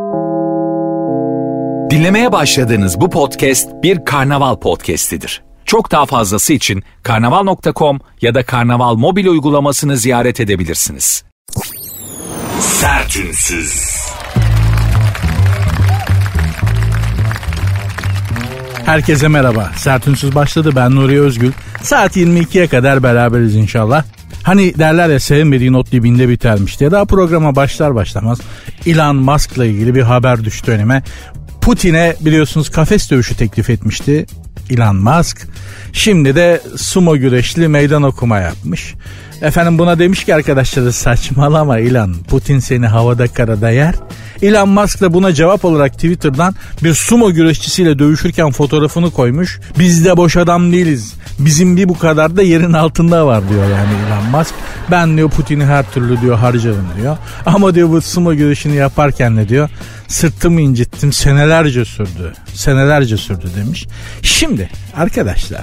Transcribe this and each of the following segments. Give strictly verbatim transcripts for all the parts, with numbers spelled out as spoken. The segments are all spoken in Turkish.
Dinlemeye başladığınız bu podcast bir karnaval podcastidir. Çok daha fazlası için karnaval nokta com ya da karnaval mobil uygulamasını ziyaret edebilirsiniz. Sertünsüz. Herkese merhaba. Sertünsüz başladı. Ben Nuri Özgül. Saat yirmi ikiye kadar beraberiz inşallah. Hani derler ya, sevmediğin ot dibinde bitermiş diye. Daha programa başlar başlamaz Elon Musk'la ilgili bir haber düştü önüme. Putin'e biliyorsunuz kafes dövüşü teklif etmişti Elon Musk. Şimdi de sumo güreşli meydan okuma yapmış. Efendim buna demiş ki arkadaşları, saçmalama Elon, Putin seni havada karada yer. Elon Musk da buna cevap olarak Twitter'dan bir sumo güreşçisiyle dövüşürken fotoğrafını koymuş. Biz de boş adam değiliz, bizim bir bu kadar da yerin altında var diyor yani Elon Musk. Ben diyor Putin'i her türlü diyor harcarım diyor. Ama diyor bu sumo güreşini yaparken ne diyor, sırtımı incittim, senelerce sürdü. Senelerce sürdü demiş. Şimdi arkadaşlar,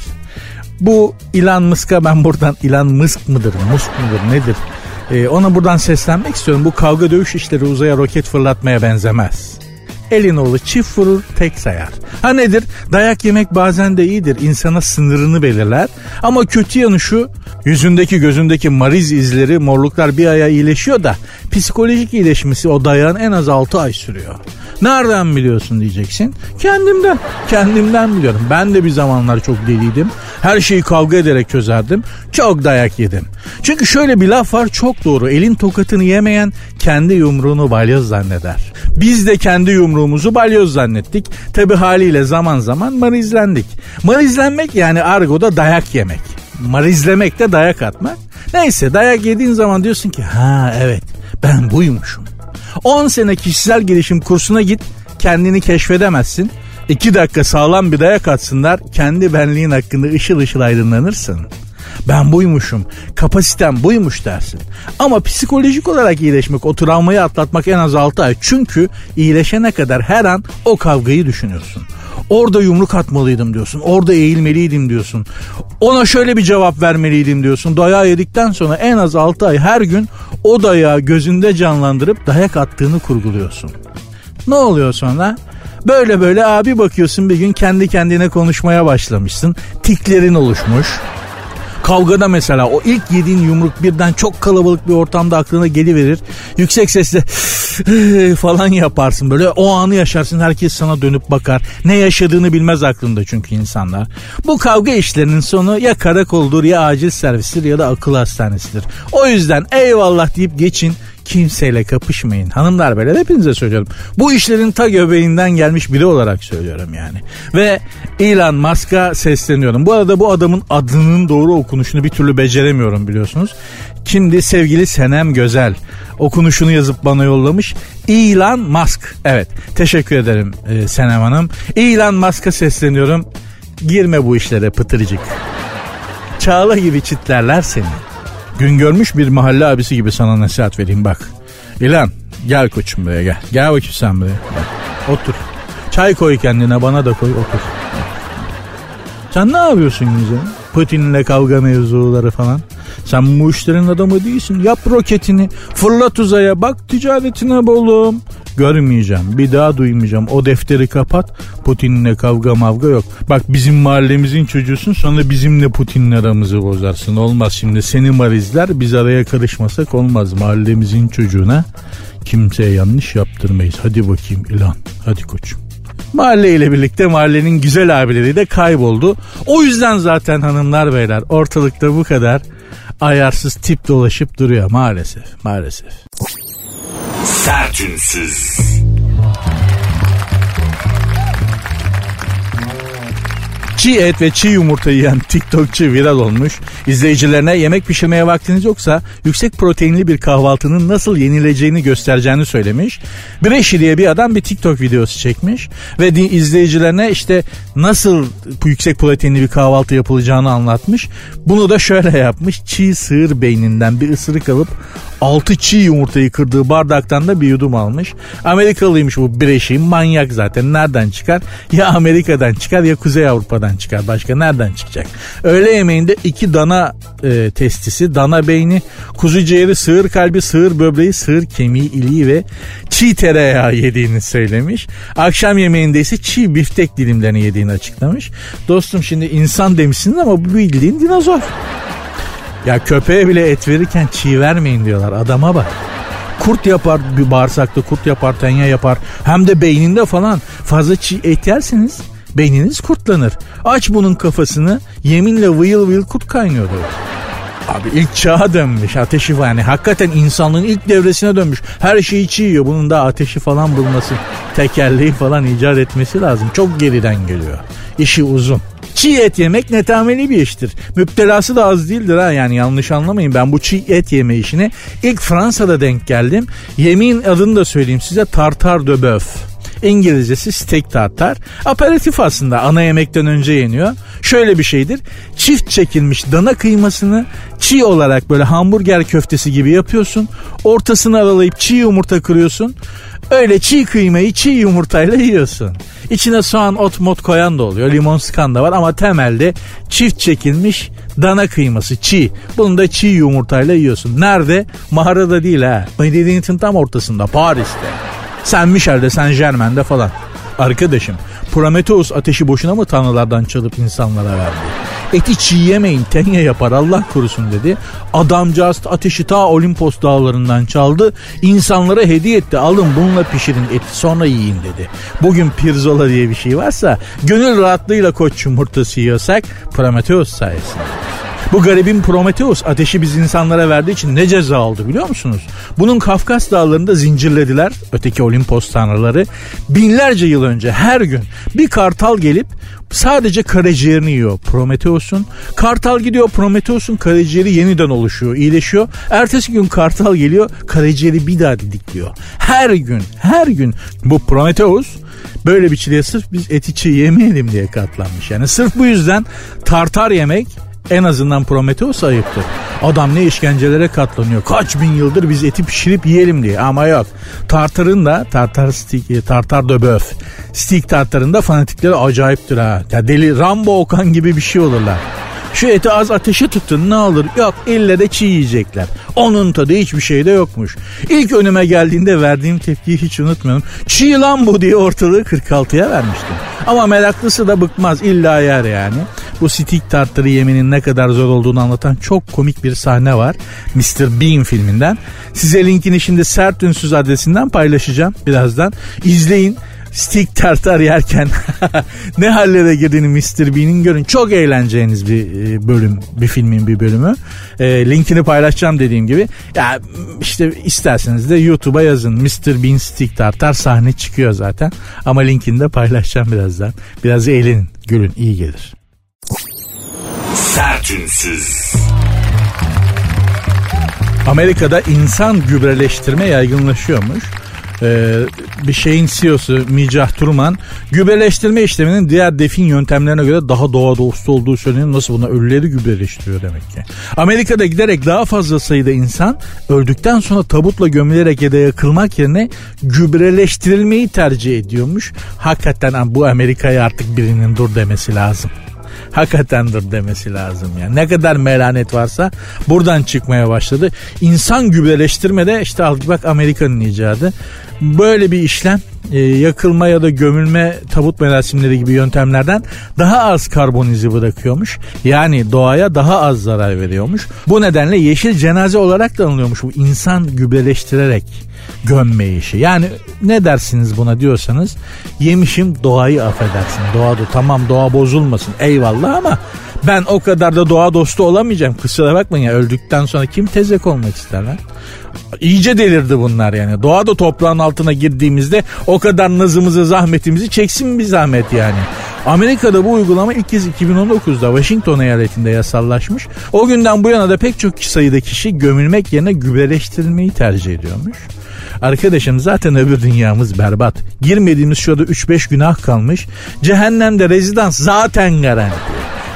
bu Elon Musk'a ben buradan, Elon Musk mıdır, Musk mıdır nedir? Ee, ona buradan seslenmek istiyorum. Bu kavga dövüş işleri uzaya roket fırlatmaya benzemez. Elin oğlu çift vurur tek sayar. Ha nedir? Dayak yemek bazen de iyidir. İnsana sınırını belirler. Ama kötü yanı şu: yüzündeki gözündeki mariz izleri, morluklar bir aya iyileşiyor da psikolojik iyileşmesi o dayağın en az altı ay sürüyor. Nereden biliyorsun diyeceksin. Kendimden. Kendimden biliyorum. Ben de bir zamanlar çok deliydim. Her şeyi kavga ederek çözerdim. Çok dayak yedim. Çünkü şöyle bir laf var, çok doğru. Elin tokatını yemeyen kendi yumruğunu balyoz zanneder. Biz de kendi yumruğumuzu balyoz zannettik. Tabi haliyle zaman zaman marizlendik. Marizlenmek yani argoda dayak yemek. Marizlemek de dayak atmak. Neyse, dayak yediğin zaman diyorsun ki ha evet ben buymuşum. on sene kişisel gelişim kursuna git, kendini keşfedemezsin. iki dakika sağlam bir dayak atsınlar, kendi benliğin hakkında ışıl ışıl aydınlanırsın. Ben buymuşum, kapasitem buymuş dersin. Ama psikolojik olarak iyileşmek, o travmayı atlatmak en az altı ay. Çünkü iyileşene kadar her an o kavgayı düşünüyorsun. Orada yumruk atmalıydım diyorsun. Orada eğilmeliydim diyorsun. Ona şöyle bir cevap vermeliydim diyorsun. Dayağı yedikten sonra en az altı ay her gün o dayağı gözünde canlandırıp dayak attığını kurguluyorsun. Ne oluyor sonra? Böyle böyle abi bakıyorsun bir gün kendi kendine konuşmaya başlamışsın. Tiklerin oluşmuş. Kavgada mesela o ilk yediğin yumruk birden çok kalabalık bir ortamda aklına geliverir. Yüksek sesle falan yaparsın, böyle o anı yaşarsın, herkes sana dönüp bakar. Ne yaşadığını bilmez aklında çünkü insanlar. Bu kavga işlerinin sonu ya karakoldur, ya acil servistir, ya da akıl hastanesidir. O yüzden eyvallah deyip geçin. Kimseyle kapışmayın. Hanımlar böyle hepinize söylüyorum. Bu işlerin ta göbeğinden gelmiş biri olarak söylüyorum yani. Ve Elon Musk'a sesleniyorum. Bu arada bu adamın adının doğru okunuşunu bir türlü beceremiyorum biliyorsunuz. Şimdi sevgili Senem Gözel okunuşunu yazıp bana yollamış. Elon Musk. Evet, teşekkür ederim e, Senem Hanım. Elon Musk'a sesleniyorum. Girme bu işlere pıtırcık. Çağla gibi çitlerler seni. Gün görmüş bir mahalle abisi gibi sana nasihat vereyim bak. İlan gel koçum buraya gel. Gel bakayım sen buraya. Gel. Otur. Çay koy kendine, bana da koy, otur. Sen ne yapıyorsun güzelim? Putin'le kavga mevzuları falan. Sen bu işlerin adamı değilsin. Yap roketini, fırlat uzaya, bak ticaretine bolum. Görmeyeceğim, bir daha duymayacağım. O defteri kapat. Putin'le kavga mavga yok. Bak bizim mahallemizin çocuğusun, sonra bizimle Putin'le aramızı bozarsın. Olmaz şimdi, seni marizler, biz araya karışmasak olmaz. Mahallemizin çocuğuna kimseye yanlış yaptırmayız. Hadi bakayım İlhan, hadi koçum. Mahalle ile birlikte mahallenin güzel abileri de kayboldu. O yüzden zaten hanımlar beyler ortalıkta bu kadar ayarsız tip dolaşıp duruyor maalesef, maalesef. Sertünsüz. Çiğ et ve çiğ yumurta yiyen TikTokçu viral olmuş. İzleyicilerine yemek pişirmeye vaktiniz yoksa yüksek proteinli bir kahvaltının nasıl yenileceğini göstereceğini söylemiş. Breşi diye bir adam bir TikTok videosu çekmiş ve izleyicilerine işte nasıl yüksek proteinli bir kahvaltı yapılacağını anlatmış. Bunu da şöyle yapmış: çiğ sığır beyninden bir ısırık alıp altı çiğ yumurtayı kırdığı bardaktan da bir yudum almış. Amerikalıymış bu bireşim, manyak zaten. Nereden çıkar? Ya Amerika'dan çıkar ya Kuzey Avrupa'dan çıkar. Başka nereden çıkacak? Öğle yemeğinde iki dana e, testisi, dana beyni, kuzu ciğeri, sığır kalbi, sığır böbreği, sığır kemiği, iliği ve çiğ tereyağı yediğini söylemiş. Akşam yemeğinde ise çiğ biftek dilimlerini yediğini açıklamış. Dostum şimdi insan demişsiniz ama bu bildiğin dinozor. Ya köpeğe bile et verirken çiğ vermeyin diyorlar. Adama bak. Kurt yapar bir bağırsakta, kurt yapar, tenya yapar. Hem de beyninde falan. Fazla çiğ et yerseniz beyniniz kurtlanır. Aç bunun kafasını, yeminle vıyıl vıyıl kurt kaynıyor diyor. Abi ilk çağa dönmüş, ateşi var yani. Hakikaten insanlığın ilk devresine dönmüş. Her şeyi çiğ yiyor. Bunun da ateşi falan bulması, tekerleği falan icat etmesi lazım. Çok geriden geliyor. İşi uzun. Çiğ et yemek netameli bir iştir. Müptelası da az değildir ha, yani yanlış anlamayın. Ben bu çiğ et yeme işine ilk Fransa'da denk geldim. Yemeğin adını da söyleyeyim size, tartare de bœuf. İngilizcesi steak tartar. Aperatif aslında, ana yemekten önce yeniyor. Şöyle bir şeydir. Çift çekilmiş dana kıymasını çiğ olarak böyle hamburger köftesi gibi yapıyorsun. Ortasını aralayıp çiğ yumurta kırıyorsun. Öyle çiğ kıymayı çiğ yumurtayla yiyorsun. İçine soğan, ot mot koyan da oluyor. Limon sıkan da var ama temelde çift çekilmiş dana kıyması çiğ. Bunu da çiğ yumurtayla yiyorsun. Nerede? Mağarada değil ha. Medeniyetin tam ortasında, Paris'te. Saint Michel'de, Saint Germain'de falan. Arkadaşım, Prometheus ateşi boşuna mı tanrılardan çalıp insanlara verdi? Eti çiğ yemeyin, tenya yapar Allah korusun dedi. Adamcağız ateşi ta Olimpos dağlarından çaldı. İnsanlara hediye etti. Alın bununla pişirin eti, sonra yiyin dedi. Bugün pirzola diye bir şey varsa, gönül rahatlığıyla koç yumurtası yiyorsak Prometheus sayesinde. Bu garibin Prometheus ateşi biz insanlara verdiği için ne ceza aldı biliyor musunuz? Bunun Kafkas dağlarında zincirlediler öteki Olimpos tanrıları. Binlerce yıl önce her gün bir kartal gelip sadece karaciğerini yiyor Prometheus'un. Kartal gidiyor, Prometheus'un karaciğeri yeniden oluşuyor, iyileşiyor. Ertesi gün kartal geliyor, karaciğeri bir daha didikliyor. Her gün, her gün bu Prometheus böyle bir çileye sırf biz eti çiğ yemeyelim diye katlanmış. Yani sırf bu yüzden tartar yemek en azından Prometheus ayıptır. Adam ne işkencelere katlanıyor. Kaç bin yıldır biz eti pişirip yiyelim diye. Ama yok. Tartarın da tartar stick, tartar de bœuf. Stick tartarın da fanatikleri acayiptir ha. Ya deli Rambo Okan gibi bir şey olurlar. Şu eti az ateşe tutun ne olur. Yok, ille de çiğ yiyecekler. Onun tadı hiçbir şeyde yokmuş. İlk önüme geldiğinde verdiğim tepkiyi hiç unutmuyorum. Çiğ lan bu diye ortalığı kırk altıya vermiştim. Ama meraklısı da bıkmaz, illa yer yani. Bu stick tartarı yemenin ne kadar zor olduğunu anlatan çok komik bir sahne var mister Bean filminden. Size linkini şimdi Sert Ünsüz adresinden paylaşacağım birazdan. İzleyin. Stick tartar yerken ne hallere girdiğini mister Bean'in görün. Çok eğleneceğiniz bir bölüm, bir filmin bir bölümü. E, linkini paylaşacağım dediğim gibi. Ya işte isterseniz de YouTube'a yazın. mister Bean stick tartar sahne çıkıyor zaten. Ama linkini de paylaşacağım birazdan. Biraz eğlenin, gülün, iyi gelir. Sertünsüz. Amerika'da insan gübreleştirme yaygınlaşıyormuş. Ee, bir şeyin C E O'su Mijah Turman, gübreleştirme işleminin diğer defin yöntemlerine göre daha doğa dostu olduğu söyleniyor. Nasıl, buna ölüleri gübreleştiriyor demek ki. Amerika'da giderek daha fazla sayıda insan öldükten sonra tabutla gömülerek ya da yakılmak yerine gübreleştirilmeyi tercih ediyormuş. Hakikaten bu Amerika'ya artık birinin dur demesi lazım. Hakikatendir demesi lazım yani. Ne kadar melanet varsa buradan çıkmaya başladı. İnsan gübreleştirmede işte al bak Amerika'nın icadı. Böyle bir işlem e, yakılma ya da gömülme, tabut merasimleri gibi yöntemlerden daha az karbon izi bırakıyormuş. Yani doğaya daha az zarar veriyormuş. Bu nedenle yeşil cenaze olarak da anılıyormuş bu insan gübreleştirerek gömme işi. Yani ne dersiniz buna diyorsanız, yemişim doğayı affedersin. Doğa, tamam doğa bozulmasın eyvallah ama ben o kadar da doğa dostu olamayacağım. Kusura bakmayın ya, öldükten sonra kim tezek olmak ister lan? İyice delirdi bunlar yani. Doğa da toprağın altına girdiğimizde o kadar nazımızı, zahmetimizi çeksin bir zahmet yani. Amerika'da bu uygulama ilk kez iki bin on dokuzda Washington eyaletinde yasallaşmış. O günden bu yana da pek çok sayıda kişi gömülmek yerine gübreleştirilmeyi tercih ediyormuş. Arkadaşım zaten öbür dünyamız berbat. Girmediğimiz şurada üç beş günah kalmış. Cehennemde rezidans zaten garanti.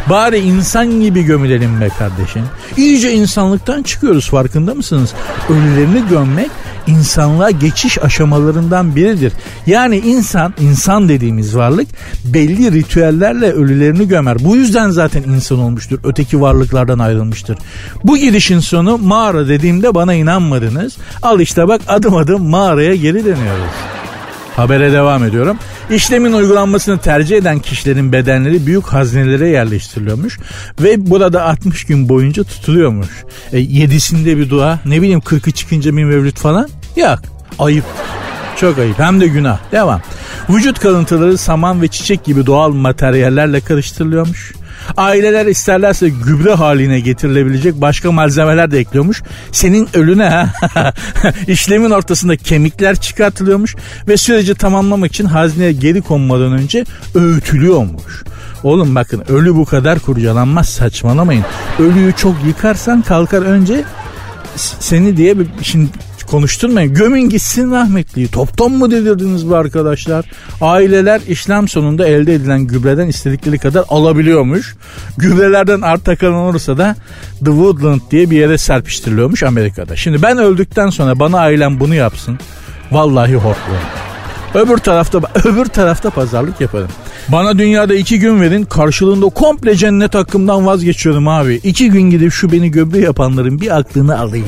Bari insan gibi gömülelim be kardeşim. İyice insanlıktan çıkıyoruz, farkında mısınız? Ölülerini gömmek insanlığa geçiş aşamalarından biridir. Yani insan, insan dediğimiz varlık belli ritüellerle ölülerini gömer. Bu yüzden zaten insan olmuştur. Öteki varlıklardan ayrılmıştır. Bu gidişin sonu mağara dediğimde bana inanmadınız. Al işte bak, adım adım mağaraya geri dönüyoruz. Habere devam ediyorum. İşlemin uygulanmasını tercih eden kişilerin bedenleri büyük haznelere yerleştiriliyormuş ve burada altmış gün boyunca tutuluyormuş. E, yedisinde bir dua, ne bileyim kırkı çıkınca bir mevlüt falan. Yok, ayıp. Çok ayıp, hem de günah. Devam. Vücut kalıntıları saman ve çiçek gibi doğal materyallerle karıştırılıyormuş. Aileler isterlerse gübre haline getirilebilecek başka malzemeler de ekliyormuş. Senin ölüne ha. İşlemin ortasında kemikler çıkartılıyormuş ve süreci tamamlamak için hazneye geri konmadan önce öğütülüyormuş. Oğlum bakın, ölü bu kadar kurcalanmaz, saçmalamayın. Ölüyü çok yıkarsan kalkar, önce seni diye bir şimdi konuşturmayın. Gömün gitsin rahmetliyi. Toptan mı dedirdiniz bu arkadaşlar? Aileler işlem sonunda elde edilen gübreden istedikleri kadar alabiliyormuş. Gübrelerden arta kalan olursa da The Woodland diye bir yere serpiştiriliyormuş Amerika'da. Şimdi ben öldükten sonra bana ailem bunu yapsın, vallahi hortluyorum. Öbür tarafta öbür tarafta pazarlık yaparım. Bana dünyada iki gün verin, karşılığında komple cennet hakkımdan vazgeçiyorum abi. İki gün gidip şu beni göbre yapanların bir aklını alayım.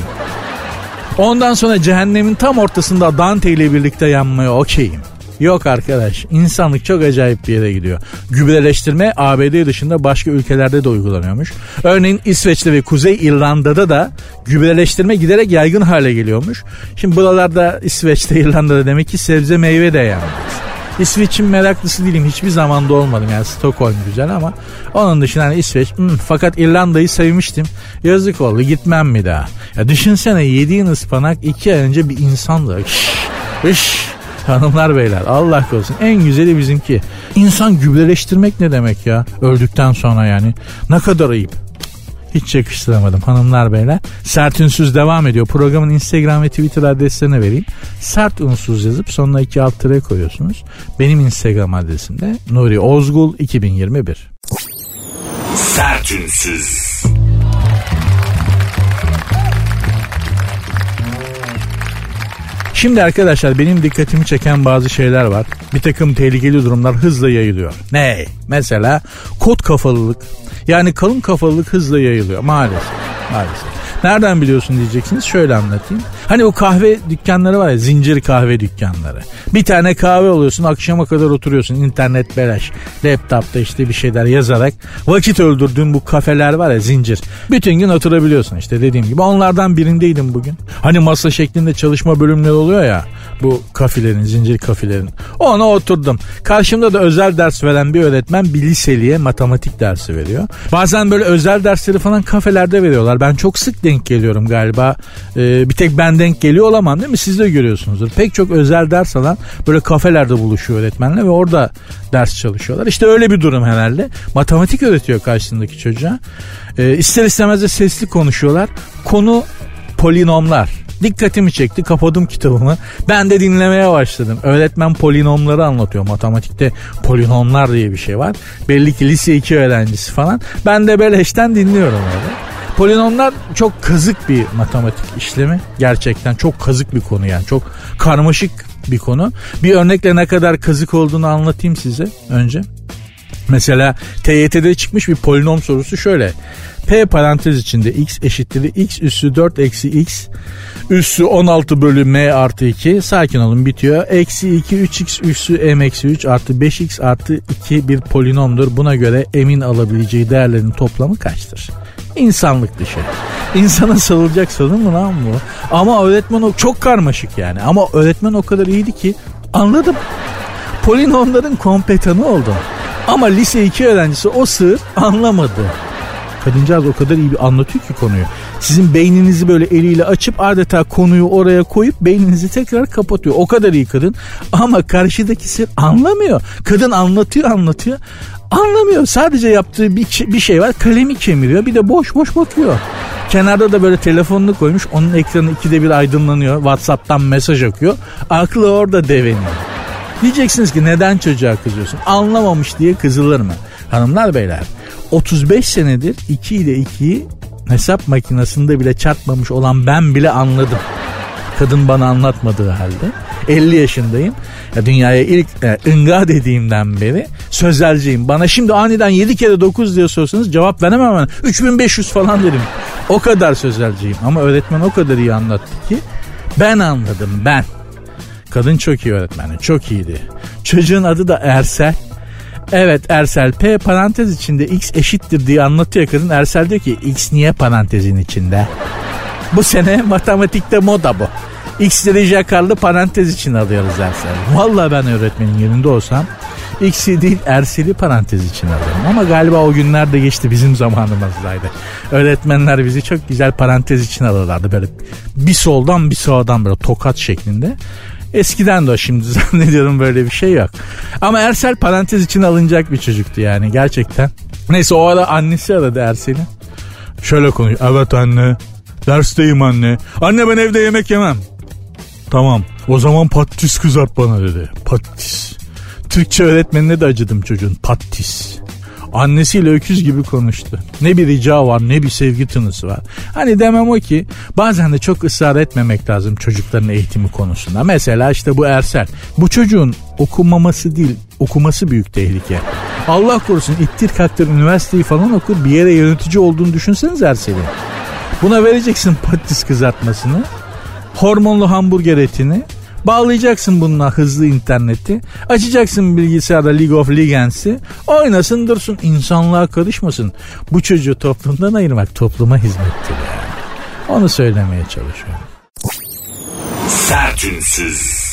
Ondan sonra cehennemin tam ortasında Dante ile birlikte yanmaya okeyim. Yok arkadaş, insanlık çok acayip bir yere gidiyor. Gübreleştirme A B D dışında başka ülkelerde de uygulanıyormuş. Örneğin İsveç'te ve Kuzey İrlanda'da da gübreleştirme giderek yaygın hale geliyormuş. Şimdi buralarda, İsveç'te, İrlanda'da demek ki sebze meyve de yanmaz. İsveç'in meraklısı değilim, hiçbir zamanda olmadım yani. Stockholm güzel ama onun dışında hani İsveç, hmm, fakat İrlanda'yı sevmiştim, yazık oldu, gitmem mi daha. Ya düşünsene, yediğin ıspanak iki ay önce bir insandı. Şşş, hanımlar beyler, Allah korusun, en güzeli bizimki. İnsan gübreleştirmek ne demek ya, öldükten sonra yani, ne kadar ayıp. Hiç yakıştıramadım hanımlar beyler. Sert Ünsüz devam ediyor. Programın Instagram ve Twitter adreslerini vereyim. Sert Ünsüz yazıp sonuna iki alt tere koyuyorsunuz. Benim Instagram adresim de Nuri Ozgul iki bin yirmi bir. Sert Ünsüz. Şimdi arkadaşlar, benim dikkatimi çeken bazı şeyler var. Bir takım tehlikeli durumlar hızla yayılıyor. Ne? Mesela kot kafalılık. Yani kalın kafalılık hızla yayılıyor maalesef. Maalesef. Nereden biliyorsun diyeceksiniz. Şöyle anlatayım. Hani o kahve dükkanları var ya, zincir kahve dükkanları. Bir tane kahve alıyorsun, akşama kadar oturuyorsun, internet beleş, laptopta işte bir şeyler yazarak vakit öldürdüğün bu kafeler var ya, zincir. Bütün gün oturabiliyorsun işte, dediğim gibi. Onlardan birindeydim bugün. Hani masa şeklinde çalışma bölümleri oluyor ya, bu kafelerin, zincir kafelerin. Ona oturdum. Karşımda da özel ders veren bir öğretmen bir liseliye matematik dersi veriyor. Bazen böyle özel dersleri falan kafelerde veriyorlar. Ben çok sık denk geliyorum galiba. Ee, bir tek ben denk geliyor olamam değil mi? Siz de görüyorsunuzdur. Pek çok özel ders alan böyle kafelerde buluşuyor öğretmenle ve orada ders çalışıyorlar. İşte öyle bir durum herhalde. Matematik öğretiyor karşısındaki çocuğa. Ee, ister istemez de sesli konuşuyorlar. Konu polinomlar. Dikkatimi çekti, kapadım kitabımı. Ben de dinlemeye başladım. Öğretmen polinomları anlatıyor. Matematikte polinomlar diye bir şey var. Belli ki lise iki öğrencisi falan. Ben de beleşten dinliyorum öyle. Polinomlar çok kazık bir matematik işlemi. Gerçekten çok kazık bir konu yani. Çok karmaşık bir konu. Bir örnekle ne kadar kazık olduğunu anlatayım size önce. Mesela T Y T'de çıkmış bir polinom sorusu şöyle. P parantez içinde x eşittir x üssü dört eksi x üssü on altı bölü m artı iki, sakin olun bitiyor. Eksi iki üç x üssü m eksi üç artı beş x artı iki bir polinomdur. Buna göre m'in alabileceği değerlerin toplamı kaçtır? İnsanlık dışı. İnsana sorulacak sorun mu lan bu? Ama öğretmen o çok karmaşık yani. Ama öğretmen o kadar iyiydi ki anladım. Polinomların kompetanı oldum. Ama lise iki öğrencisi o sır anlamadı. Kadıncağız o kadar iyi bir anlatıyor ki konuyu. Sizin beyninizi böyle eliyle açıp adeta konuyu oraya koyup beyninizi tekrar kapatıyor. O kadar iyi kadın. Ama karşıdaki sır anlamıyor. Kadın anlatıyor anlatıyor. Anlamıyor. Sadece yaptığı bir, bir şey var. Kalemi kemiriyor. Bir de boş boş bakıyor. Kenarda da böyle telefonunu koymuş. Onun ekranı ikide bir aydınlanıyor. WhatsApp'tan mesaj akıyor. Aklı orada deveniyor. Diyeceksiniz ki neden çocuğa kızıyorsun? Anlamamış diye kızılır mı? Hanımlar beyler, otuz beş senedir iki ile ikiyi hesap makinesinde bile çarpmamış olan ben bile anladım. Kadın bana anlatmadığı halde. elli yaşındayım. Ya dünyaya ilk e, ınga dediğimden beri sözelciyim. Bana şimdi aniden yedi kere dokuz diye sorsanız cevap veremem hemen. üç bin beş yüz falan derim. O kadar sözelciyim. Ama öğretmen o kadar iyi anlattı ki ben anladım, ben. Kadın çok iyi öğretmeni, çok iyiydi. Çocuğun adı da Ersel. Evet, Ersel. P parantez içinde X eşittir diye anlatıyor kadın. Ersel diyor ki X niye parantezin içinde? Bu sene matematikte moda bu. X'leri jakarlı parantez için alıyoruz Ersel. Vallahi ben öğretmenin yerinde olsam X'i değil Ersel'i parantez için alıyorum. Ama galiba o günler de geçti, bizim zamanımızdaydı. Öğretmenler bizi çok güzel parantez için alırlardı. Böyle bir soldan bir sağdan böyle tokat şeklinde. Eskiden de o, şimdi zannediyorum böyle bir şey yok. Ama Ersel parantez için alınacak bir çocuktu yani gerçekten. Neyse o ara annesi aradı Ersel'i. Şöyle konuşuyor. Evet anne, dersteyim anne. Anne ben evde yemek yemem. Tamam o zaman patates kızart bana dedi. Patates. Türkçe öğretmenine de acıdım çocuğun. Patates. Annesiyle öküz gibi konuştu. Ne bir rica var ne bir sevgi tınısı var. Hani demem o ki bazen de çok ısrar etmemek lazım çocukların eğitimi konusunda. Mesela işte bu Ersel. Bu çocuğun okumaması değil okuması büyük tehlike. Allah korusun ittir kaktır üniversiteyi falan okur, bir yere yönetici olduğunu düşünseniz Ersel'in. Buna vereceksin patates kızartmasını, hormonlu hamburger etini, bağlayacaksın bununla hızlı interneti, açacaksın bilgisayarda League of Legends'i, oynasın dursun, insanlığa karışmasın. Bu çocuğu toplumdan ayırmak topluma hizmettir yani. Onu söylemeye çalışıyorum. Sertünsüz.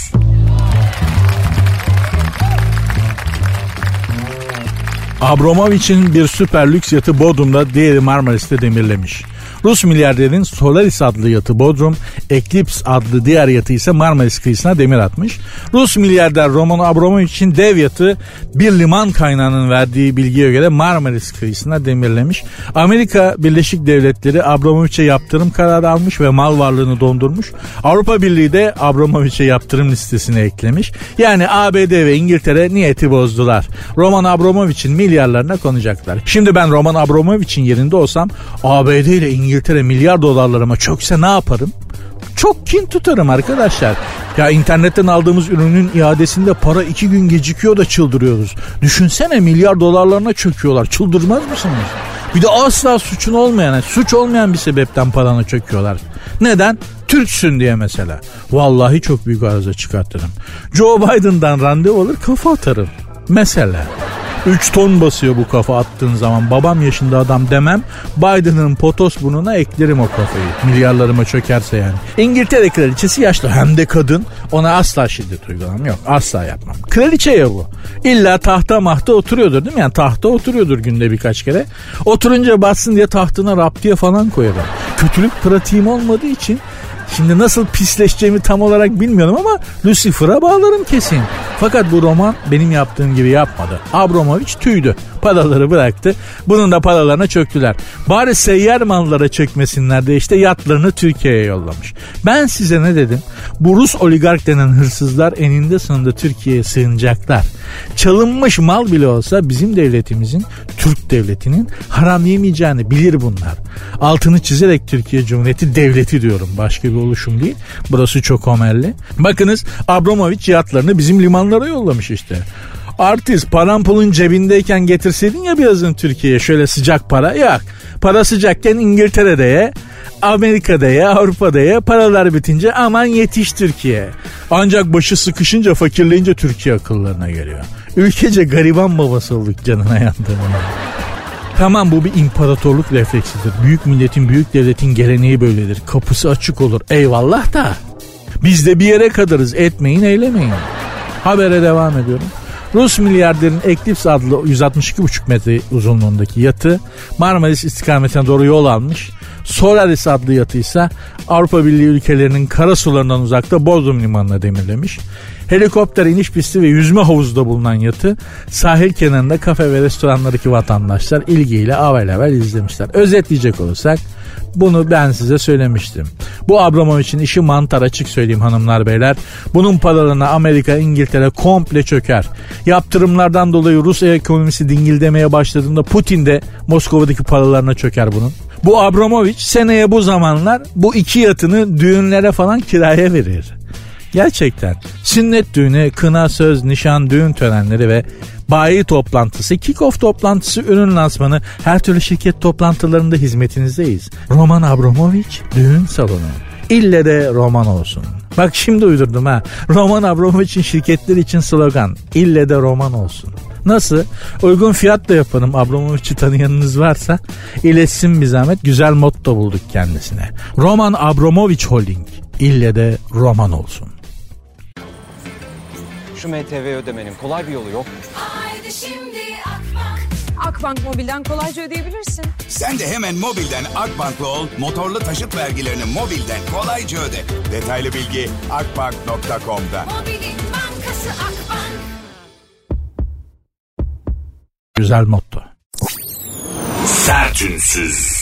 Abramovich'in bir süper lüks yatı Bodrum'da, diğeri Marmaris'te demirlemiş. Rus milyarderin Solaris adlı yatı Bodrum, Eclipse adlı diğer yatı ise Marmaris kıyısına demir atmış. Rus milyarder Roman Abramovich'in dev yatı bir liman kaynağının verdiği bilgiye göre Marmaris kıyısına demirlemiş. Amerika Birleşik Devletleri Abramovich'e yaptırım kararı almış ve mal varlığını dondurmuş. Avrupa Birliği de Abramovich'e yaptırım listesine eklemiş. Yani A B D ve İngiltere niyeti bozdular. Roman Abramovich'in milyarlarına konacaklar. Şimdi ben Roman Abramovich'in yerinde olsam A B D ile İngiltere İngiltere milyar dolarlarıma çökse ne yaparım? Çok kin tutarım arkadaşlar. Ya internetten aldığımız ürünün iadesinde para iki gün gecikiyor da çıldırıyoruz. Düşünsene milyar dolarlarına çöküyorlar. Çıldırmaz mısınız? Bir de asla suçun olmayan, suç olmayan bir sebepten parana çöküyorlar. Neden? Türksün diye mesela. Vallahi çok büyük arıza çıkartırım. Joe Biden'dan randevu alır kafa atarım. Mesela. üç ton basıyor bu kafa attığın zaman. Babam yaşında adam demem. Biden'ın potos burnuna eklerim o kafayı. Milyarlarıma çökerse yani. İngiltere kraliçesi yaşlı hem de kadın. Ona asla şiddet uygulamam. Yok, asla yapmam. Kraliçe ya bu. İlla tahta mahta oturuyordur değil mi? Yani tahta oturuyordur günde birkaç kere. Oturunca batsın diye tahtına raptiye falan koyarım. Kötülük pratiğim olmadığı için şimdi nasıl pisleşeceğimi tam olarak bilmiyorum ama Lucifer'a bağlarım kesin. Fakat bu roman benim yaptığım gibi yapmadı. Abramovich tüydü. Paraları bıraktı. Bunun da paralarına çöktüler. Bari seyyar mallara çökmesinler de işte yatlarını Türkiye'ye yollamış. Ben size ne dedim? Bu Rus oligark denen hırsızlar eninde sonunda Türkiye'ye sığınacaklar. Çalınmış mal bile olsa bizim devletimizin, Türk devletinin haram yemeyeceğini bilir bunlar. Altını çizerek Türkiye Cumhuriyeti Devleti diyorum. Başka bir oluşum değil. Burası çok omelli. Bakınız Abramovich yatlarını bizim limanlara yollamış işte. Artist, paran pulun cebindeyken getirseydin ya birazını Türkiye'ye şöyle sıcak para. Yok. Para sıcakken İngiltere'de ye, Amerika'da ye, Avrupa'da ye, paralar bitince aman yetiş Türkiye. Ancak başı sıkışınca, fakirleyince Türkiye akıllarına geliyor. Ülkece gariban babası olduk canına yandığına. Tamam, bu bir imparatorluk refleksidir. Büyük milletin, büyük devletin geleneği böyledir. Kapısı açık olur. Eyvallah da biz de bir yere kadarız. Etmeyin, eylemeyin. Habere devam ediyorum. Rus milyarderin Eclipse adlı yüz altmış iki buçuk metre uzunluğundaki yatı Marmaris istikametine doğru yol almış. Solaris adlı yatı ise Avrupa Birliği ülkelerinin kara sularından uzakta Bodrum limanına demirlemiş. Helikopter iniş pisti ve yüzme havuzda bulunan yatı sahil kenarında kafe ve restoranlardaki vatandaşlar ilgiyle avel avel izlemişler. Özetleyecek olursak Bunu ben size söylemiştim. Bu Abramovich'in işi mantar, açık söyleyeyim hanımlar beyler. Bunun paralarına Amerika, İngiltere komple çöker. Yaptırımlardan dolayı Rus ekonomisi dingildemeye başladığında Putin de Moskova'daki paralarına çöker bunun. Bu Abramovich seneye bu zamanlar bu iki yatını düğünlere falan kiraya verir. Gerçekten sünnet düğünü, kına, söz, nişan, düğün törenleri ve bayi toplantısı, kick-off toplantısı, ürün lansmanı, her türlü şirket toplantılarında hizmetinizdeyiz. Roman Abramovich düğün salonu. İlle de Roman olsun. Bak şimdi uydurdum ha. Roman Abramovich'in şirketleri için slogan. İlle de Roman olsun. Nasıl? Uygun fiyatla yaparım. Abramovich'i tanıyanınız varsa iletsin bir zahmet. Güzel motto bulduk kendisine. Roman Abramovich Holding. İlle de Roman olsun. Şu M T V ödemenin kolay bir yolu yok. Haydi şimdi Akbank. Akbank Mobil'den kolayca ödeyebilirsin. Sen de hemen mobilden Akbank'la ol, motorlu taşıt vergilerini mobilden kolayca öde. Detaylı bilgi akbank nokta com'da. Mobilin bankası Akbank. Güzel motto. Sertünsüz.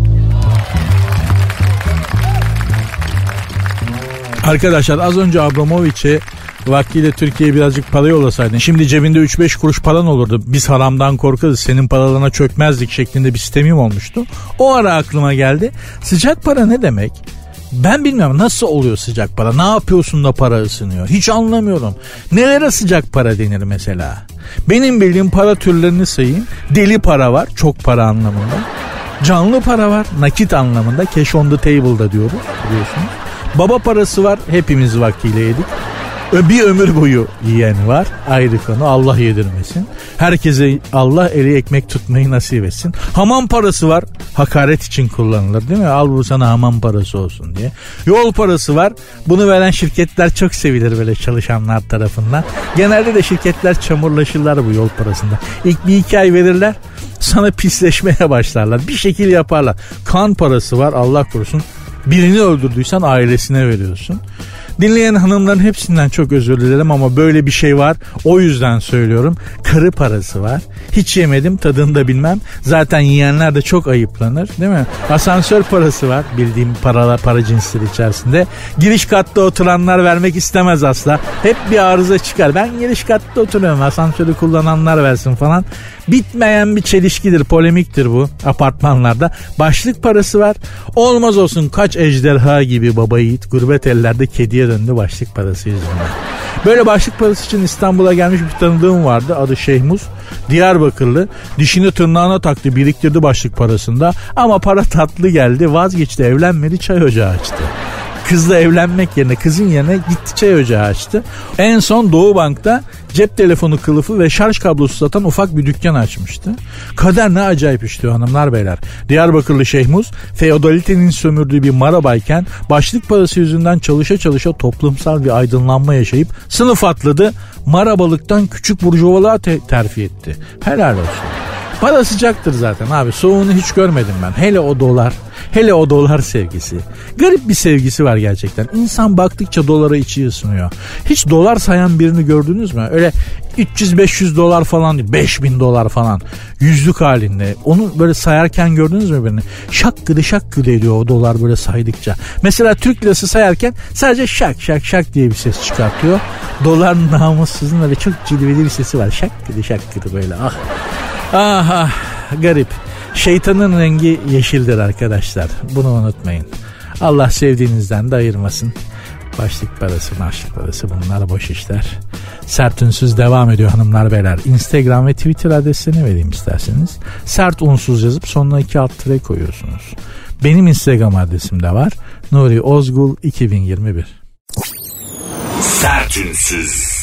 Arkadaşlar az önce Abramovich'e vaktiyle Türkiye'ye birazcık para yollasaydın, şimdi cebinde üç beş kuruş paran olurdu. Biz haramdan korkarız, senin paralarına çökmezdik şeklinde bir sistemim olmuştu. O ara aklıma geldi. Sıcak para ne demek? Ben bilmiyorum, nasıl oluyor sıcak para? Ne yapıyorsun da para ısınıyor? Hiç anlamıyorum. Nelere sıcak para denir mesela? Benim bildiğim para türlerini sayayım. Deli para var, çok para anlamında. Canlı para var, nakit anlamında. Cash on the table'da diyoruz, biliyorsunuz. Baba parası var, hepimiz vaktiyle yedik. Bir ömür boyu yiyen var, ayrı konu, Allah yedirmesin. Herkese Allah eli ekmek tutmayı nasip etsin. Hamam parası var, hakaret için kullanılır değil mi? Al bu sana hamam parası olsun diye. Yol parası var, bunu veren şirketler çok sevilir böyle çalışanlar tarafından. Genelde de şirketler çamurlaşırlar bu yol parasında. İlk bir iki ay verirler, sana pisleşmeye başlarlar, bir şekil yaparlar. Kan parası var, Allah korusun. Birini öldürdüysen ailesine veriyorsun. Dinleyen hanımların hepsinden çok özür dilerim ama böyle bir şey var. O yüzden söylüyorum. Karı parası var. Hiç yemedim, tadını da bilmem. Zaten yiyenler de çok ayıplanır, değil mi? Asansör parası var. Bildiğim paralar, para cinsleri içerisinde. Giriş katta oturanlar vermek istemez asla. Hep bir arıza çıkar. Ben giriş katta oturuyorum, asansörü kullananlar versin falan. Bitmeyen bir çelişkidir, polemiktir bu apartmanlarda. Başlık parası var. Olmaz olsun kaç ejderha gibi baba yiğit gurbet ellerde kediye döndü başlık parası yüzünden. Böyle başlık parası için İstanbul'a gelmiş bir tanıdığım vardı. Adı Şehmuz. Diyarbakırlı. Dişini tırnağına taktı, biriktirdi başlık parasında. Ama para tatlı geldi, vazgeçti, evlenmedi, çay ocağı açtı. Kızla evlenmek yerine, kızın yerine gitti çay ocağı açtı. En son Doğu Bank'ta cep telefonu kılıfı ve şarj kablosu satan ufak bir dükkan açmıştı. Kader ne acayip işliyor hanımlar beyler. Diyarbakırlı Şehmuz, feodalitenin sömürdüğü bir marabayken başlık parası yüzünden çalışa çalışa toplumsal bir aydınlanma yaşayıp sınıf atladı. Marabalıktan küçük burjuvalığa te- terfi etti. Helal olsun. Para sıcaktır zaten abi. Soğuğunu hiç görmedim ben. Hele o dolar. Hele o dolar sevgisi. Garip bir sevgisi var gerçekten. İnsan baktıkça dolara içi ısınıyor. Hiç dolar sayan birini gördünüz mü? Öyle üç yüz beş yüz dolar falan değil. beş bin dolar falan. Yüzlük halinde. Onu böyle sayarken gördünüz mü birini? Şakkıdı şakkıdı ediyor o dolar böyle saydıkça. Mesela Türk lirası sayarken sadece şak şak şak diye bir ses çıkartıyor. Dolar namussuzun öyle çok cilveli bir sesi var. Şakkıdı şakkıdı böyle. Ah. Ah ah. Garip. Şeytanın rengi yeşildir arkadaşlar. Bunu unutmayın. Allah sevdiğinizden de ayırmasın. Başlık parası, başlık parası, bunlar boş işler. Sert Ünsüz devam ediyor hanımlar beyler. Instagram ve Twitter adresini vereyim isterseniz. Sert Unsuz yazıp sonuna iki alt tire koyuyorsunuz. Benim Instagram adresim de var. Nuri Ozgul iki bin yirmi bir. Sert Ünsüz.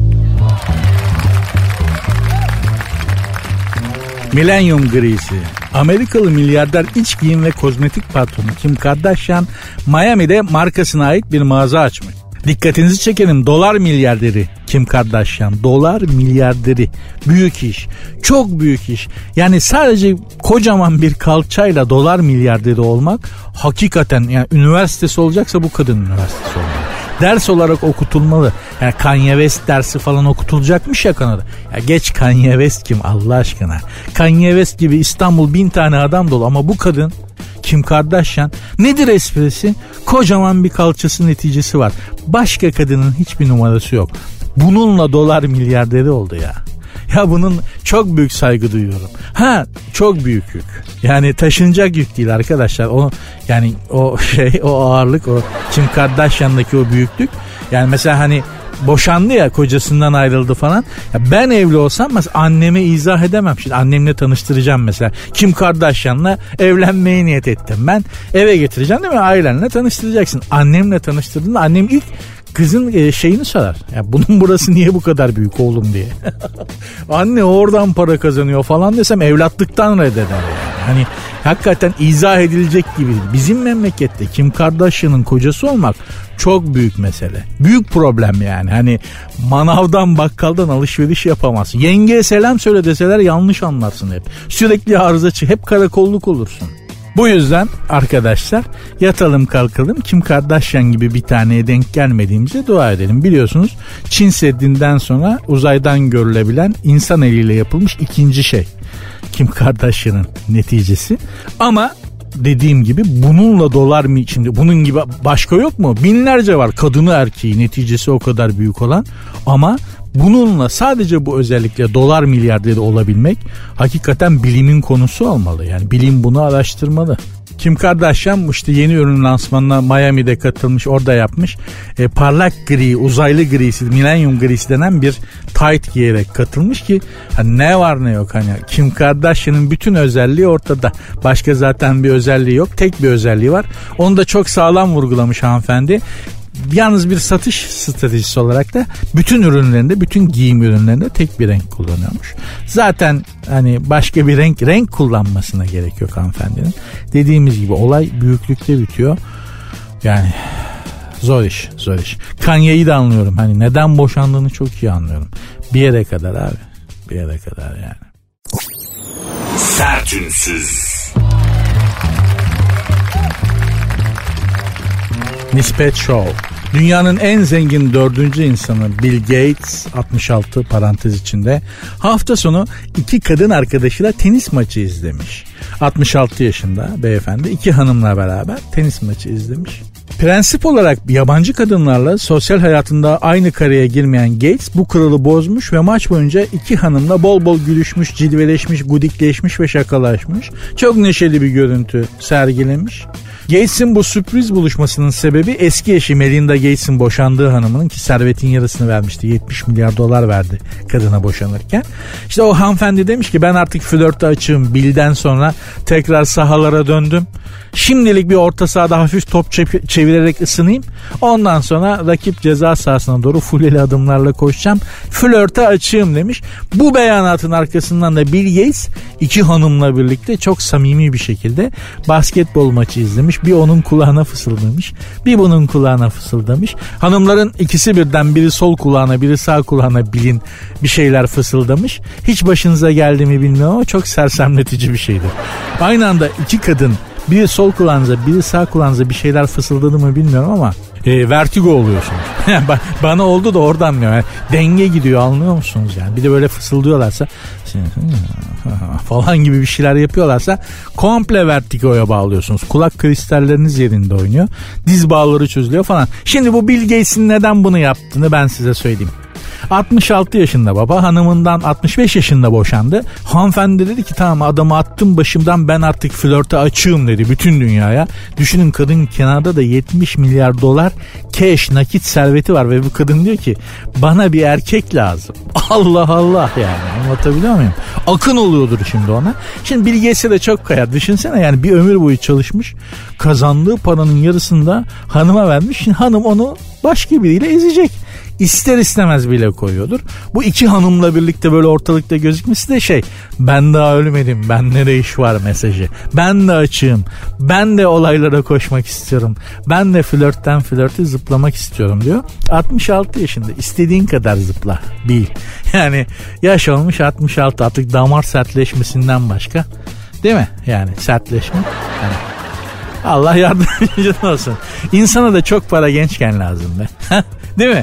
Millennium grisi. Amerikalı milyarder iç giyim ve kozmetik patronu Kim Kardashian Miami'de markasına ait bir mağaza açmış. Dikkatinizi çekelim, dolar milyarderi Kim Kardashian, dolar milyarderi, büyük iş, çok büyük iş. Yani sadece kocaman bir kalçayla dolar milyarderi olmak hakikaten, yani üniversitesi olacaksa bu kadın üniversitesi olmalı. Ders olarak okutulmalı. Yani Kanye West dersi falan okutulacakmış ya Kanada. Ya geç, Kanye West kim Allah aşkına? Kanye West gibi İstanbul bin tane adam dolu ama bu kadın Kim Kardashian. Nedir esprisi? Kocaman bir kalçası neticesi var. Başka kadının hiçbir numarası yok. Bununla dolar milyarderi oldu ya. Ya bunun çok büyük saygı duyuyorum. Ha, çok büyük yük. Yani taşınacak yük değil arkadaşlar. O yani o şey, o ağırlık, o Kim Kardashian'daki o büyüklük. Yani mesela hani boşandı ya, kocasından ayrıldı falan. Ya ben evli olsam mesela anneme izah edemem. Şimdi annemle tanıştıracağım mesela. Kim Kardashian'la evlenmeye niyet ettim. Ben eve getireceğim değil mi? Ailenle tanıştıracaksın. Annemle tanıştırdığında annem ilk kızın şeyini sorar. Ya bunun burası niye bu kadar büyük oğlum diye. Anne oradan para kazanıyor falan desem evlatlıktan reddeder yani. Hani hakikaten izah edilecek gibi değil. Bizim memlekette Kim Kardashian'ın kocası olmak çok büyük mesele. Büyük problem yani. Hani manavdan bakkaldan alışveriş yapamazsın. Yengeye selam söyle deseler yanlış anlarsın hep. Sürekli arızacı, hep karakolluk olursun. Bu yüzden arkadaşlar yatalım kalkalım Kim Kardashian gibi bir taneye denk gelmediğimize dua edelim. Biliyorsunuz Çin Seddi'nden sonra uzaydan görülebilen insan eliyle yapılmış ikinci şey Kim Kardashian'ın neticesi. Ama dediğim gibi bununla dolar mı, şimdi bunun gibi başka yok mu? Binlerce var, kadını erkeği, neticesi o kadar büyük olan. Ama bununla sadece bu özellikle dolar milyarderi olabilmek hakikaten bilimin konusu olmalı. Yani bilim bunu araştırmalı. Kim Kardashian işte yeni ürün lansmanına Miami'de katılmış, orada yapmış. E, parlak gri, uzaylı grisi, Millennium grisi denen bir tight giyerek katılmış ki hani ne var ne yok, hani Kim Kardashian'ın bütün özelliği ortada. Başka zaten bir özelliği yok. Tek bir özelliği var. Onu da çok sağlam vurgulamış hanımefendi. Yalnız bir satış stratejisi olarak da bütün ürünlerinde, bütün giyim ürünlerinde tek bir renk kullanıyormuş. Zaten hani başka bir renk renk kullanmasına gerek yok hanımefendinin. Dediğimiz gibi olay büyüklükte bitiyor. Yani zor iş, zor iş. Kanye'yi de anlıyorum. Hani neden boşandığını çok iyi anlıyorum. Bir yere kadar abi. Bir yere kadar yani. Sertünsüz. Nispet Show. Dünyanın en zengin dördüncü insanı Bill Gates, altmış altı parantez içinde, hafta sonu iki kadın arkadaşıyla tenis maçı izlemiş. altmış altı yaşında beyefendi iki hanımla beraber tenis maçı izlemiş. Prensip olarak yabancı kadınlarla sosyal hayatında aynı kareye girmeyen Gates bu kuralı bozmuş ve maç boyunca iki hanımla bol bol gülüşmüş, cilveleşmiş, gudikleşmiş ve şakalaşmış. Çok neşeli bir görüntü sergilemiş. Gates'in bu sürpriz buluşmasının sebebi eski eşi Melinda Gates'in boşandığı hanımının, ki servetin yarısını vermişti. yetmiş milyar dolar verdi kadına boşanırken. İşte o hanımefendi demiş ki ben artık flörte açığım. Bill'den sonra tekrar sahalara döndüm. Şimdilik bir orta sahada hafif top çevirerek ısınayım. Ondan sonra rakip ceza sahasına doğru fulleli adımlarla koşacağım. Flörte açığım demiş. Bu beyanatın arkasından da Bill Gates iki hanımla birlikte çok samimi bir şekilde basketbol maçı izlemiş. Bir onun kulağına fısıldamış, bir bunun kulağına fısıldamış. Hanımların ikisi birden, biri sol kulağına biri sağ kulağına Bill'in bir şeyler fısıldamış. Hiç başınıza geldi mi bilmiyorum ama çok sersemletici bir şeydir. Aynı anda iki kadın, biri sol kulağınıza biri sağ kulağınıza bir şeyler fısıldadı mı bilmiyorum ama e, vertigo oluyorsunuz. Bana oldu da oradan yani denge gidiyor, anlıyor musunuz yani? Bir de böyle fısıldıyorlarsa falan gibi bir şeyler yapıyorlarsa komple vertigoya bağlıyorsunuz. Kulak kristalleriniz yerinde oynuyor. Diz bağları çözülüyor falan. Şimdi bu Bill Gates'in neden bunu yaptığını ben size söyleyeyim. altmış altı yaşında baba, hanımından altmış beş yaşında boşandı. Hanımefendi dedi ki tamam, adamı attım başımdan, ben artık flörte açığım dedi bütün dünyaya. Düşünün, kadın kenarda da yetmiş milyar dolar cash, nakit serveti var ve bu kadın diyor ki bana bir erkek lazım. Allah Allah, yani anlatabiliyor muyum? Akın oluyordur şimdi ona. Şimdi Bill Gates'e de çok kayar. Düşünsene yani, bir ömür boyu çalışmış, kazandığı paranın yarısını da hanıma vermiş. Şimdi hanım onu başka biriyle ezecek. İster istemez bile koyuyordur. Bu iki hanımla birlikte böyle ortalıkta gözükmesi de şey, ben daha ölmedim, bende de iş var mesajı. Ben de açığım, ben de olaylara koşmak istiyorum, ben de flörtten flörte zıplamak istiyorum diyor. altmış altı yaşında, istediğin kadar zıpla Bill. Yani yaş olmuş altmış altı, artık damar sertleşmesinden başka, değil mi? Yani sertleşme. Yani Allah yardımcın olsun. İnsana da çok para gençken lazım be. Değil mi?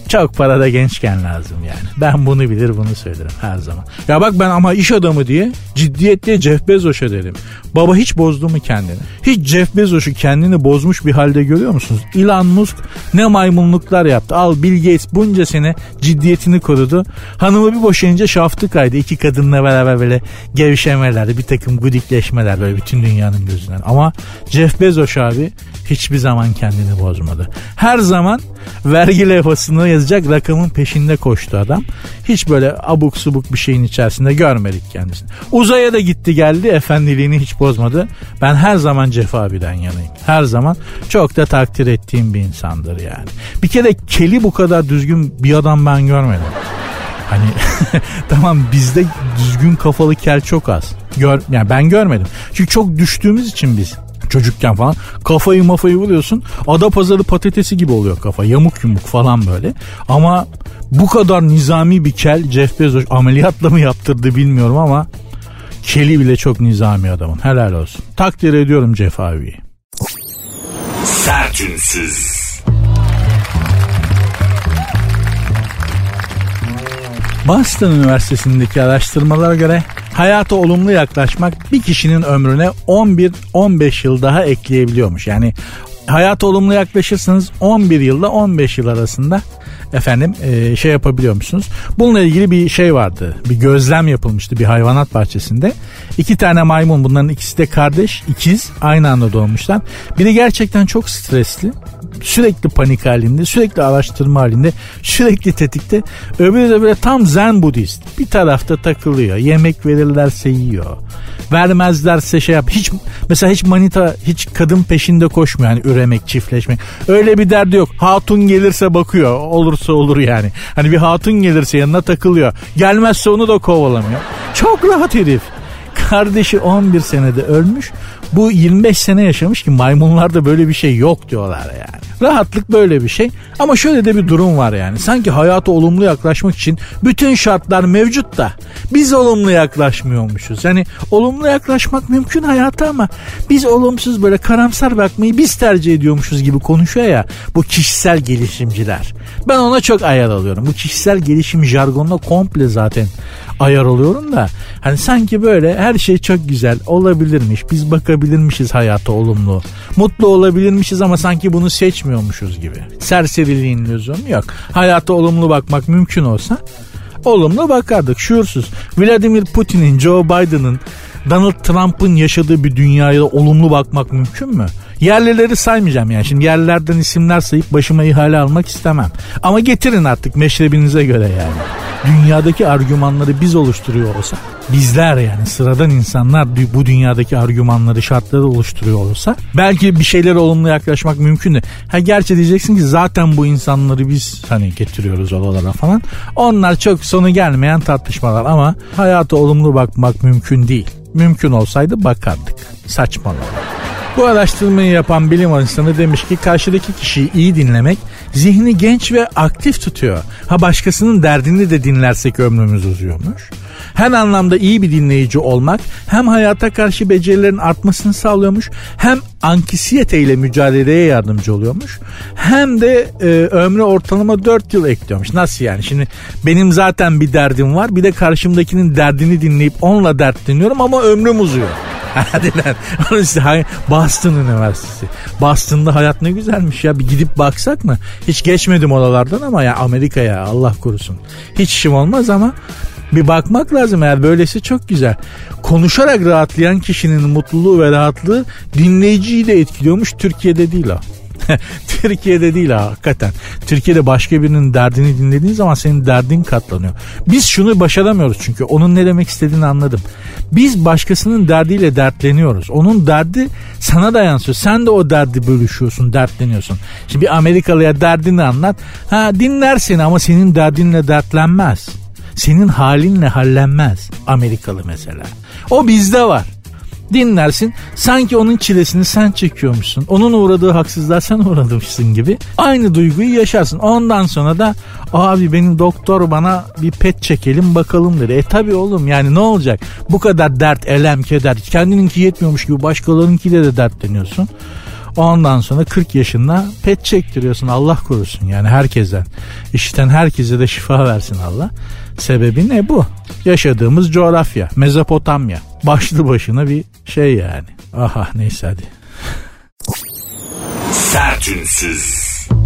Çok para da gençken lazım yani. Ben bunu bilir bunu söylerim her zaman. Ya bak ben ama iş adamı diye ciddiyetle Jeff Bezos'a dedim. Baba hiç bozdu mu kendini? Hiç Jeff Bezos'u kendini bozmuş bir halde görüyor musunuz? Elon Musk ne maymunluklar yaptı. Al Bill Gates bunca sene ciddiyetini korudu. Hanımı bir boşayınca şaftı kaydı. İki kadınla beraber böyle gevşemeler, bir takım gudikleşmeler böyle bütün dünyanın gözünden. Ama Jeff Bezos abi hiçbir zaman kendini bozmadı. Her zaman vergi levhasını yazacak rakamın peşinde koştu adam. Hiç böyle abuk subuk bir şeyin içerisinde görmedik kendisini. Uzaya da gitti geldi, efendiliğini hiç bozmadı. Ben her zaman Jeff abiden yanayım. Her zaman çok da takdir ettiğim bir insandır yani. Bir kere keli bu kadar düzgün bir adam ben görmedim. Hani tamam bizde düzgün kafalı kel çok az. Gör, yani ben görmedim. Çünkü çok düştüğümüz için biz çocukken falan kafayı mafayı vuruyorsun. Adapazarı patatesi gibi oluyor kafa. Yamuk yumuk falan böyle. Ama bu kadar nizami bir kel Jeff Bezos ameliyatla mı yaptırdı bilmiyorum ama keli bile çok nizami adamın. Helal olsun. Takdir ediyorum Jeff abiyi. Sertünsüz. Boston Üniversitesi'ndeki araştırmalara göre hayata olumlu yaklaşmak bir kişinin ömrüne on bir on beş yıl daha ekleyebiliyormuş. Yani hayata olumlu yaklaşırsanız on bir yılda on beş yıl arasında efendim e, şey yapabiliyor musunuz? Bununla ilgili bir şey vardı. Bir gözlem yapılmıştı bir hayvanat bahçesinde. İki tane maymun, bunların ikisi de kardeş, ikiz, aynı anda doğmuşlar. Biri gerçekten çok stresli, sürekli panik halinde, sürekli araştırma halinde, sürekli tetikte. Öbürü de böyle tam zen budist. Bir tarafta takılıyor. Yemek verirlerse yiyor. Vermezlerse şey yap. Hiç mesela hiç manita, hiç kadın peşinde koşmuyor. Yani üremek, çiftleşmek. Öyle bir derdi yok. Hatun gelirse bakıyor. Olursa olur yani. Hani bir hatun gelirse yanına takılıyor. Gelmezse onu da kovalamıyor. Çok rahat herif. Kardeşi on bir senede ölmüş. Bu yirmi beş sene yaşamış ki maymunlarda böyle bir şey yok diyorlar yani. Rahatlık böyle bir şey. Ama şöyle de bir durum var yani. Sanki hayata olumlu yaklaşmak için bütün şartlar mevcut da biz olumlu yaklaşmıyormuşuz. Yani olumlu yaklaşmak mümkün hayata ama biz olumsuz böyle karamsar bakmayı biz tercih ediyormuşuz gibi konuşuyor ya bu kişisel gelişimciler. Ben ona çok ayar alıyorum. Bu kişisel gelişim jargonuna komple zaten ayar oluyorum da hani sanki böyle her şey çok güzel olabilirmiş, biz bakabilirmişiz hayata olumlu, mutlu olabilirmişiz ama sanki bunu seçmiyormuşuz gibi. Serseriliğin lüzumu yok. Hayata olumlu bakmak mümkün olsa olumlu bakardık, şuursuz. Vladimir Putin'in, Joe Biden'ın, Donald Trump'ın yaşadığı bir dünyaya olumlu bakmak mümkün mü? Yerlileri saymayacağım yani. Şimdi yerlilerden isimler sayıp başıma ihale almak istemem. Ama getirin artık meşrebinize göre yani. Dünyadaki argümanları biz oluşturuyor olsa, bizler yani sıradan insanlar bu dünyadaki argümanları, şartları oluşturuyor olsa belki bir şeylere olumlu yaklaşmak mümkün. Ha gerçi diyeceksin ki zaten bu insanları biz hani getiriyoruz oralara falan. Onlar çok sonu gelmeyen tartışmalar ama hayata olumlu bakmak mümkün değil. Mümkün olsaydı bakardık. Saçmalama. Bu araştırmayı yapan bilim insanı demiş ki karşıdaki kişiyi iyi dinlemek zihni genç ve aktif tutuyor. Ha başkasının derdini de dinlersek ömrümüz uzuyormuş. Her anlamda iyi bir dinleyici olmak hem hayata karşı becerilerin artmasını sağlıyormuş, hem anksiyete ile mücadeleye yardımcı oluyormuş, hem de e, ömrü ortalama dört yıl ekliyormuş. Nasıl yani? Şimdi benim zaten bir derdim var, bir de karşımdakinin derdini dinleyip onunla dertleniyorum ama ömrüm uzuyor. Hadi lan. İşte Boston Üniversitesi. Boston'da hayat ne güzelmiş ya. Bir gidip baksak mı? Hiç geçmedim oralardan ama ya Amerika'ya Allah korusun. Hiç işim olmaz ama bir bakmak lazım, eğer böylesi çok güzel. Konuşarak rahatlayan kişinin mutluluğu ve rahatlığı dinleyiciyi de etkiliyormuş. Türkiye'de değil o. Türkiye'de değil ha, hakikaten. Türkiye'de başka birinin derdini dinlediğin zaman senin derdin katlanıyor. Biz şunu başaramıyoruz çünkü onun ne demek istediğini anladım. Biz başkasının derdiyle dertleniyoruz. Onun derdi sana da yansıyor. Sen de o derdi bölüşüyorsun, dertleniyorsun. Şimdi bir Amerikalıya derdini anlat. Ha dinler seni ama senin derdinle dertlenmez. Senin halinle hallenmez Amerikalı mesela. O bizde var. Dinlersin, sanki onun çilesini sen çekiyormuşsun, onun uğradığı haksızlığa sen uğramışsın gibi aynı duyguyu yaşarsın. Ondan sonra da abi benim doktor bana bir pet çekelim bakalım dedi. E tabi oğlum, yani ne olacak bu kadar dert, elem, keder, kendininki yetmiyormuş gibi başkalarınkiyle de dertleniyorsun. Ondan sonra kırk yaşında pet çektiriyorsun, Allah korusun yani herkesten. İşiten herkese de şifa versin Allah. Sebebi ne bu? Yaşadığımız coğrafya, Mezopotamya. Başlı başına bir şey yani. Aha neyse hadi. Sertünsüz.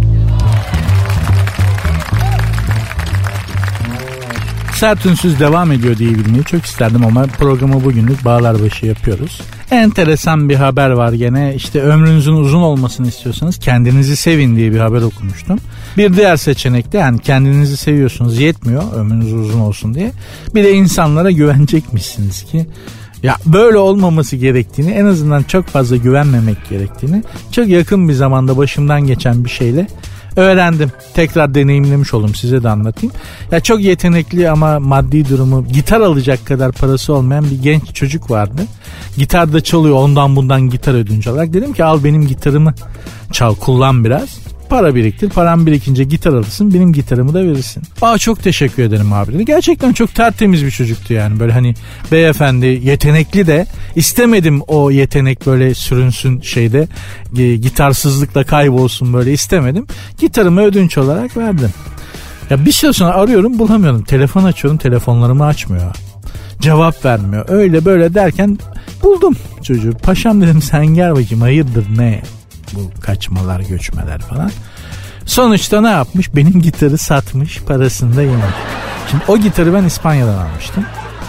Sertünsüz devam ediyor diye bilmeyi çok isterdim ama programı bugünlük Bağlarbaşı yapıyoruz. Enteresan bir haber var gene. İşte ömrünüzün uzun olmasını istiyorsanız kendinizi sevin diye bir haber okumuştum. Bir diğer seçenekte yani kendinizi seviyorsunuz yetmiyor ömrünüz uzun olsun diye. Bir de insanlara güvenecekmişsiniz ki ya böyle olmaması gerektiğini, en azından çok fazla güvenmemek gerektiğini çok yakın bir zamanda başımdan geçen bir şeyle öğrendim. Tekrar deneyimlemiş oldum, size de anlatayım. Ya çok yetenekli ama maddi durumu gitar alacak kadar parası olmayan bir genç çocuk vardı. Gitar da çalıyor, ondan bundan gitar ödünç olarak. Dedim ki al benim gitarımı çal, kullan biraz. Para biriktir, param birikince gitar alırsın, benim gitarımı da verirsin. Aa çok teşekkür ederim abi dedi. Gerçekten çok tertemiz bir çocuktu yani, böyle hani beyefendi, yetenekli de. İstemedim o yetenek böyle sürünsün şeyde, e, gitarsızlıkla kaybolsun, böyle istemedim. Gitarımı ödünç olarak verdim. Ya bir süre sonra arıyorum, bulamıyorum. Telefon açıyorum, telefonlarımı açmıyor. Cevap vermiyor. Öyle böyle derken buldum çocuğu. Paşam dedim, sen gel bakayım, hayırdır ne? Bu kaçmalar, göçmeler falan. Sonuçta ne yapmış? Benim gitarı satmış, parasını da yemiş. Şimdi o gitarı ben İspanya'dan almıştım.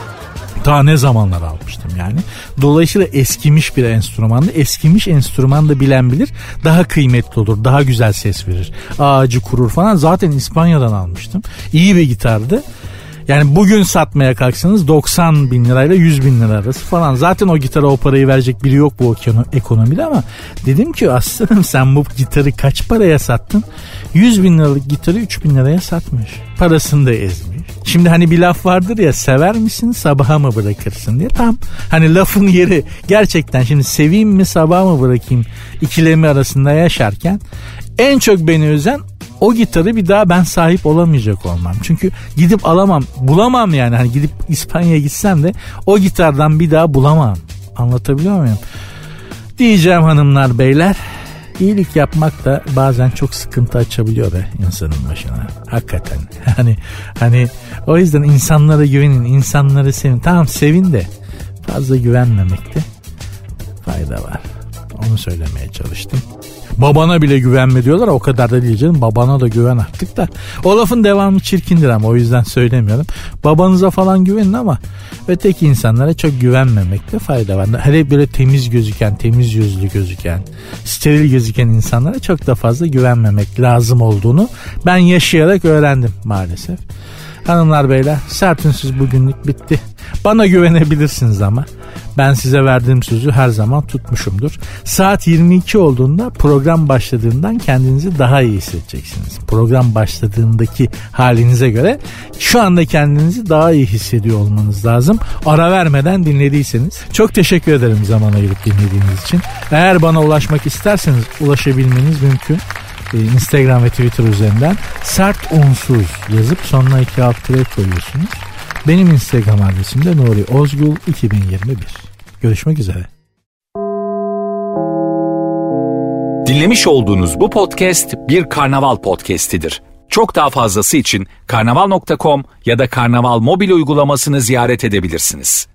Ta ne zamanlar almıştım yani. Dolayısıyla eskimiş bir enstrümandı. Eskimiş enstrüman da bilen bilir. Daha kıymetli olur, daha güzel ses verir. Ağacı kurur falan. Zaten İspanya'dan almıştım. İyi bir gitardı. Yani bugün satmaya kalksanız doksan bin lirayla yüz bin lira arası falan. Zaten o gitara o parayı verecek biri yok bu ekonomide ama dedim ki aslanım sen bu gitarı kaç paraya sattın? yüz bin liralık gitarı üç bin liraya satmış. Parasını da ezmiş. Şimdi hani bir laf vardır ya, sever misin sabaha mı bırakırsın diye. Tam hani lafın yeri gerçekten, şimdi seveyim mi sabaha mı bırakayım ikilemi arasında yaşarken en çok beni üzen o gitarı bir daha ben sahip olamayacak olmam. Çünkü gidip alamam, bulamam yani. Hani gidip İspanya'ya gitsem de o gitardan bir daha bulamam. Anlatabiliyor muyum? Diyeceğim hanımlar, beyler. İyilik yapmak da bazen çok sıkıntı açabiliyor be insanın başına. Hakikaten. Hani hani o yüzden insanlara güvenin, insanları sevin. Tamam sevin de fazla güvenmemekte fayda var. Onu söylemeye çalıştım. Babana bile güvenme diyorlar, o kadar da değil canım. Babana da güven artık da. O lafın devamı çirkindir ama o yüzden söylemiyorum. Babanıza falan güvenin ama öteki insanlara çok güvenmemekte fayda var. Hele böyle temiz gözüken, temiz yüzlü gözüken, steril gözüken insanlara çok da fazla güvenmemek lazım olduğunu ben yaşayarak öğrendim maalesef. Hanımlar beyler, Sertünsüz bugünlük bitti. Bana güvenebilirsiniz ama ben size verdiğim sözü her zaman tutmuşumdur. Saat yirmi iki olduğunda program başladığından kendinizi daha iyi hissedeceksiniz. Program başladığındaki halinize göre şu anda kendinizi daha iyi hissediyor olmanız lazım. Ara vermeden dinlediyseniz. Çok teşekkür ederim zaman ayırıp dinlediğiniz için. Eğer bana ulaşmak isterseniz ulaşabilmeniz mümkün. Instagram ve Twitter üzerinden sert unsuz yazıp sonuna iki alt tire koyuyorsunuz. Benim Instagram adresim de Nuri Ozgul iki bin yirmi bir. Görüşmek üzere. Dinlemiş olduğunuz bu podcast bir Karnaval podcastidir. Çok daha fazlası için karnaval nokta com ya da Karnaval mobil uygulamasını ziyaret edebilirsiniz.